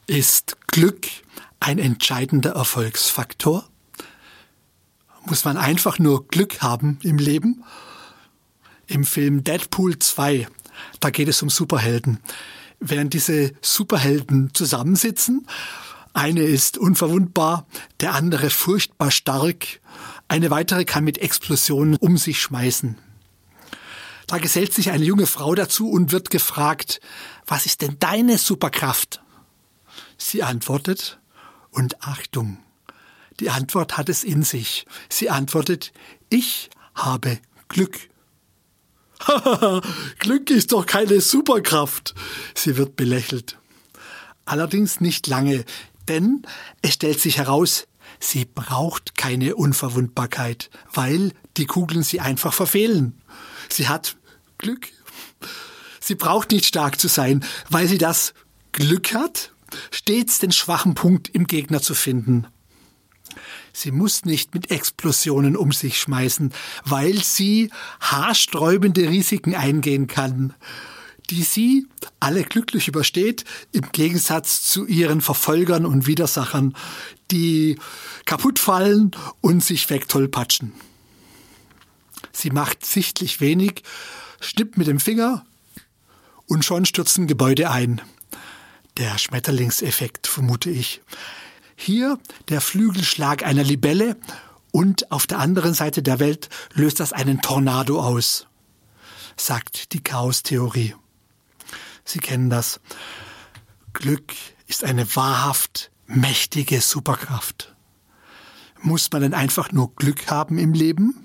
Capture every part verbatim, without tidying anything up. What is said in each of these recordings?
Ist Glück ein entscheidender Erfolgsfaktor? Muss man einfach nur Glück haben im Leben? Im Film Deadpool zwei, da geht es um Superhelden. Während diese Superhelden zusammensitzen, eine ist unverwundbar, der andere furchtbar stark, eine weitere kann mit Explosionen um sich schmeißen. Da gesellt sich eine junge Frau dazu und wird gefragt, was ist denn deine Superkraft? Sie antwortet, und Achtung, die Antwort hat es in sich. Sie antwortet, ich habe Glück. Haha, Glück ist doch keine Superkraft. Sie wird belächelt. Allerdings nicht lange, denn es stellt sich heraus, sie braucht keine Unverwundbarkeit, weil die Kugeln sie einfach verfehlen. Sie hat Glück. Sie braucht nicht stark zu sein, weil sie das Glück hat, stets den schwachen Punkt im Gegner zu finden. Sie muss nicht mit Explosionen um sich schmeißen, weil sie haarsträubende Risiken eingehen kann, die sie alle glücklich übersteht, im Gegensatz zu ihren Verfolgern und Widersachern, die kaputt fallen und sich wegtollpatschen. Sie macht sichtlich wenig, schnippt mit dem Finger und schon stürzen Gebäude ein. Der Schmetterlingseffekt, vermute ich. Hier der Flügelschlag einer Libelle und auf der anderen Seite der Welt löst das einen Tornado aus, sagt die Chaostheorie. Sie kennen das. Glück ist eine wahrhaft mächtige Superkraft. Muss man denn einfach nur Glück haben im Leben?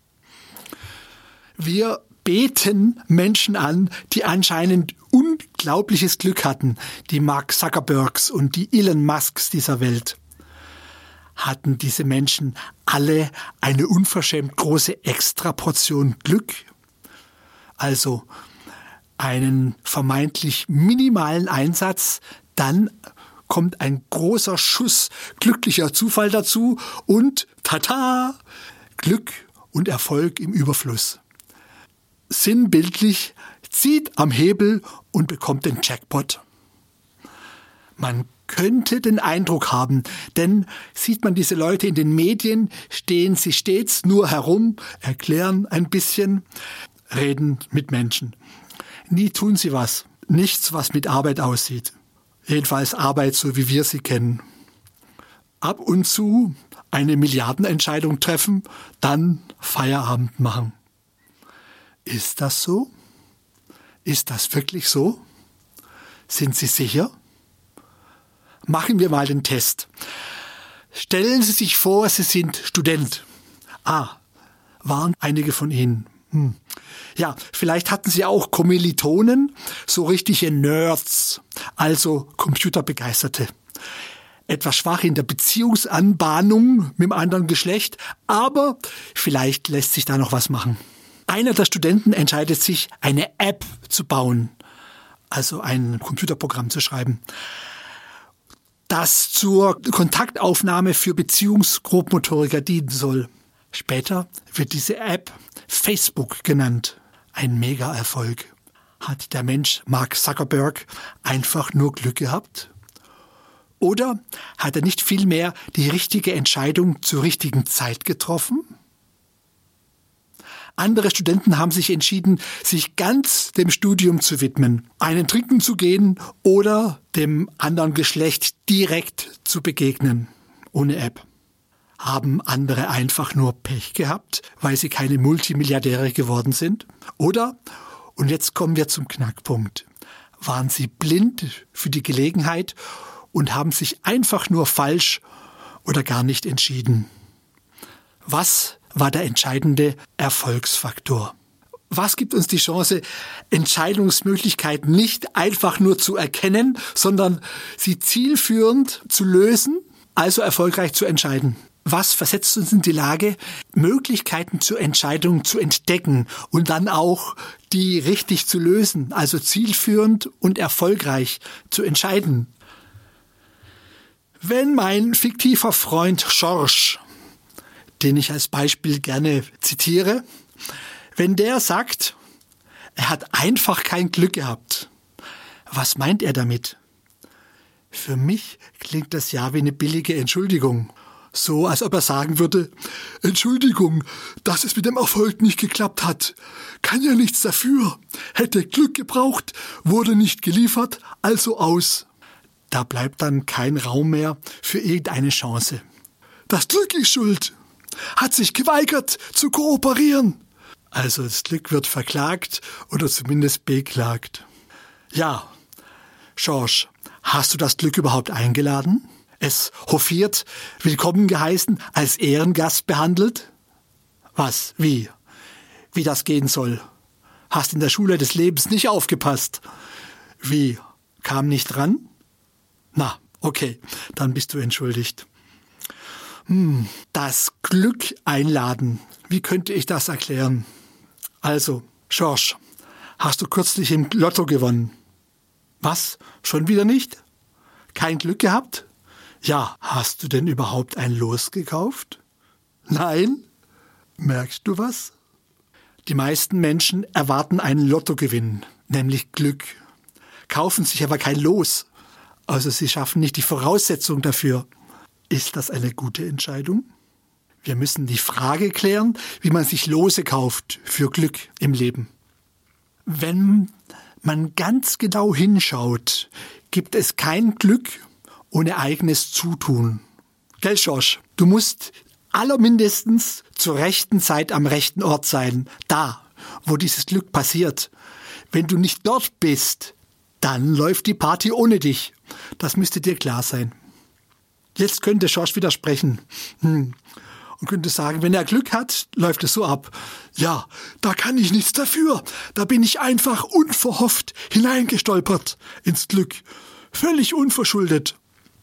Wir beten Menschen an, die anscheinend unglaubliches Glück hatten. Die Mark Zuckerbergs und die Elon Musks dieser Welt. Hatten diese Menschen alle eine unverschämt große Extraportion Glück? Also einen vermeintlich minimalen Einsatz, dann kommt ein großer Schuss glücklicher Zufall dazu und tata, Glück und Erfolg im Überfluss. Sinnbildlich zieht am Hebel und bekommt den Jackpot. Man könnte den Eindruck haben, denn sieht man diese Leute in den Medien, stehen sie stets nur herum, erklären ein bisschen, reden mit Menschen. Nie tun sie was, nichts, was mit Arbeit aussieht. Jedenfalls Arbeit, so wie wir sie kennen. Ab und zu eine Milliardenentscheidung treffen, dann Feierabend machen. Ist das so? Ist das wirklich so? Sind Sie sicher? Machen wir mal den Test. Stellen Sie sich vor, Sie sind Student. Ah, waren einige von Ihnen. Hm. Ja, vielleicht hatten Sie auch Kommilitonen, so richtige Nerds, also Computerbegeisterte. Etwas schwach in der Beziehungsanbahnung mit dem anderen Geschlecht, aber vielleicht lässt sich da noch was machen. Einer der Studenten entscheidet sich, eine App zu bauen, also ein Computerprogramm zu schreiben, das zur Kontaktaufnahme für Beziehungsgrobmotoriker dienen soll. Später wird diese App Facebook genannt. Ein Mega-Erfolg. Hat der Mensch Mark Zuckerberg einfach nur Glück gehabt? Oder hat er nicht vielmehr die richtige Entscheidung zur richtigen Zeit getroffen? Andere Studenten haben sich entschieden, sich ganz dem Studium zu widmen, einen trinken zu gehen oder dem anderen Geschlecht direkt zu begegnen, ohne App. Haben andere einfach nur Pech gehabt, weil sie keine Multimilliardäre geworden sind? Oder, und jetzt kommen wir zum Knackpunkt, waren sie blind für die Gelegenheit und haben sich einfach nur falsch oder gar nicht entschieden? Was war der entscheidende Erfolgsfaktor? Was gibt uns die Chance, Entscheidungsmöglichkeiten nicht einfach nur zu erkennen, sondern sie zielführend zu lösen, also erfolgreich zu entscheiden? Was versetzt uns in die Lage, Möglichkeiten zur Entscheidung zu entdecken und dann auch die richtig zu lösen, also zielführend und erfolgreich zu entscheiden? Wenn mein fiktiver Freund George, den ich als Beispiel gerne zitiere, wenn der sagt, er hat einfach kein Glück gehabt, was meint er damit? Für mich klingt das ja wie eine billige Entschuldigung. So, als ob er sagen würde, Entschuldigung, dass es mit dem Erfolg nicht geklappt hat. Kann ja nichts dafür. Hätte Glück gebraucht, wurde nicht geliefert, also aus. Da bleibt dann kein Raum mehr für irgendeine Chance. Das Glück ist schuld. Hat sich geweigert zu kooperieren. Also das Glück wird verklagt oder zumindest beklagt. Ja, George, hast du das Glück überhaupt eingeladen? Es hofiert, willkommen geheißen, als Ehrengast behandelt? Was? Wie? Wie das gehen soll? Hast in der Schule des Lebens nicht aufgepasst? Wie? Kam nicht dran? Na, okay, dann bist du entschuldigt. Hm, das Glück einladen. Wie könnte ich das erklären? Also, George, hast du kürzlich im Lotto gewonnen? Was? Schon wieder nicht? Kein Glück gehabt? Ja, hast du denn überhaupt ein Los gekauft? Nein? Merkst du was? Die meisten Menschen erwarten einen Lottogewinn, nämlich Glück, kaufen sich aber kein Los. Also sie schaffen nicht die Voraussetzung dafür. Ist das eine gute Entscheidung? Wir müssen die Frage klären, wie man sich Lose kauft für Glück im Leben. Wenn man ganz genau hinschaut, gibt es kein Glück ohne eigenes Zutun. Gell, George? Du musst allermindestens zur rechten Zeit am rechten Ort sein, da, wo dieses Glück passiert. Wenn du nicht dort bist, dann läuft die Party ohne dich. Das müsste dir klar sein. Jetzt könnte George widersprechen hm. und könnte sagen, wenn er Glück hat, läuft es so ab. Ja, da kann ich nichts dafür. Da bin ich einfach unverhofft hineingestolpert ins Glück. Völlig unverschuldet.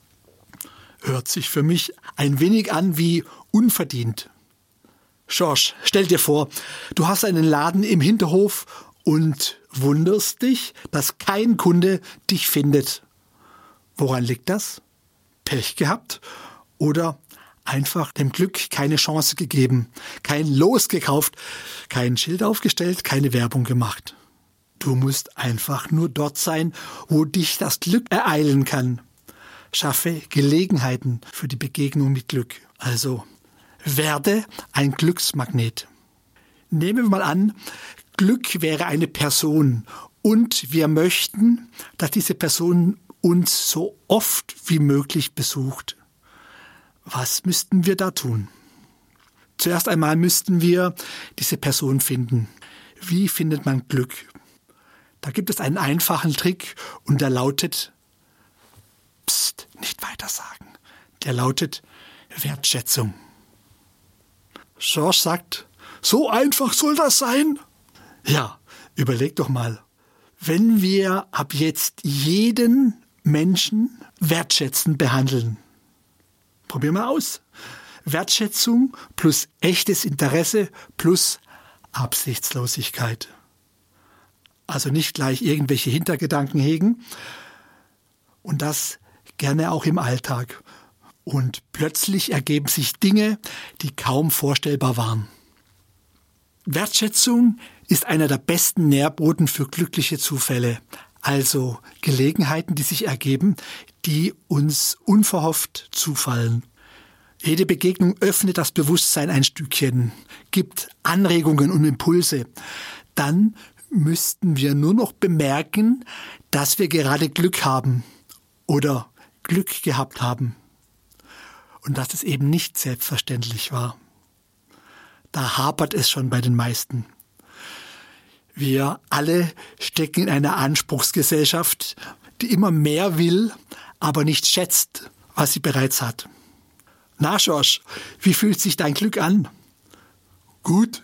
Hört sich für mich ein wenig an wie unverdient. George, stell dir vor, du hast einen Laden im Hinterhof und wunderst dich, dass kein Kunde dich findet. Woran liegt das? Pech gehabt oder einfach dem Glück keine Chance gegeben, kein Los gekauft, kein Schild aufgestellt, keine Werbung gemacht. Du musst einfach nur dort sein, wo dich das Glück ereilen kann. Schaffe Gelegenheiten für die Begegnung mit Glück. Also werde ein Glücksmagnet. Nehmen wir mal an, Glück wäre eine Person und wir möchten, dass diese Person uns so oft wie möglich besucht. Was müssten wir da tun? Zuerst einmal müssten wir diese Person finden. Wie findet man Glück? Da gibt es einen einfachen Trick und der lautet, Psst, nicht weiter sagen. Der lautet Wertschätzung. George sagt, so einfach soll das sein? Ja, überleg doch mal. Wenn wir ab jetzt jeden Menschen wertschätzend behandeln. Probier mal aus. Wertschätzung plus echtes Interesse plus Absichtslosigkeit. Also nicht gleich irgendwelche Hintergedanken hegen und das gerne auch im Alltag. Und plötzlich ergeben sich Dinge, die kaum vorstellbar waren. Wertschätzung ist einer der besten Nährboden für glückliche Zufälle, also Gelegenheiten, die sich ergeben, die uns unverhofft zufallen. Jede Begegnung öffnet das Bewusstsein ein Stückchen, gibt Anregungen und Impulse. Dann müssten wir nur noch bemerken, dass wir gerade Glück haben oder Glück gehabt haben. Und dass es eben nicht selbstverständlich war. Da hapert es schon bei den meisten. Wir alle stecken in einer Anspruchsgesellschaft, die immer mehr will, aber nicht schätzt, was sie bereits hat. Na, George, wie fühlt sich dein Glück an? Gut?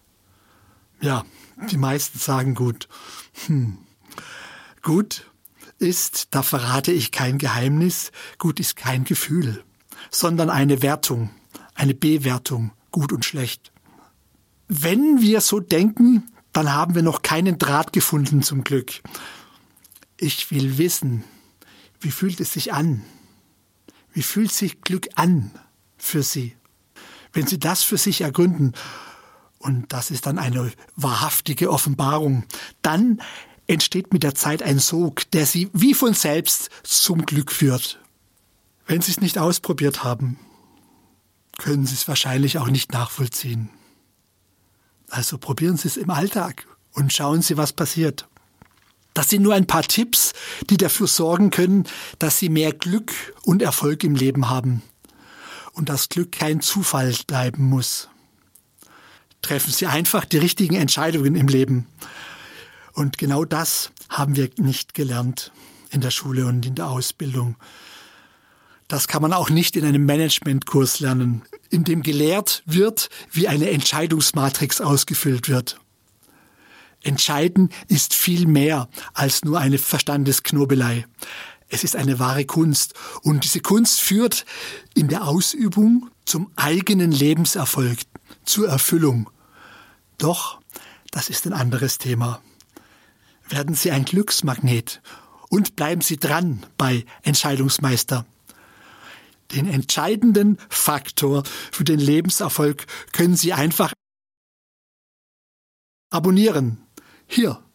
Ja, die meisten sagen gut. Hm. Gut ist, da verrate ich kein Geheimnis, gut ist kein Gefühl, sondern eine Wertung, eine Bewertung, gut und schlecht. Wenn wir so denken, dann haben wir noch keinen Draht gefunden zum Glück. Ich will wissen, wie fühlt es sich an? Wie fühlt sich Glück an für Sie? Wenn Sie das für sich ergründen, und das ist dann eine wahrhaftige Offenbarung, dann entsteht mit der Zeit ein Sog, der Sie wie von selbst zum Glück führt. Wenn Sie es nicht ausprobiert haben, können Sie es wahrscheinlich auch nicht nachvollziehen. Also probieren Sie es im Alltag und schauen Sie, was passiert. Das sind nur ein paar Tipps, die dafür sorgen können, dass Sie mehr Glück und Erfolg im Leben haben und dass Glück kein Zufall bleiben muss. Treffen Sie einfach die richtigen Entscheidungen im Leben. Und genau das haben wir nicht gelernt in der Schule und in der Ausbildung. Das kann man auch nicht in einem Managementkurs lernen, in dem gelehrt wird, wie eine Entscheidungsmatrix ausgefüllt wird. Entscheiden ist viel mehr als nur eine Verstandesknobelei. Es ist eine wahre Kunst. Und diese Kunst führt in der Ausübung zum eigenen Lebenserfolg, zur Erfüllung. Doch, das ist ein anderes Thema. Werden Sie ein Glücksmagnet und bleiben Sie dran bei Entscheidungsmeister. Den entscheidenden Faktor für den Lebenserfolg können Sie einfach abonnieren. Hier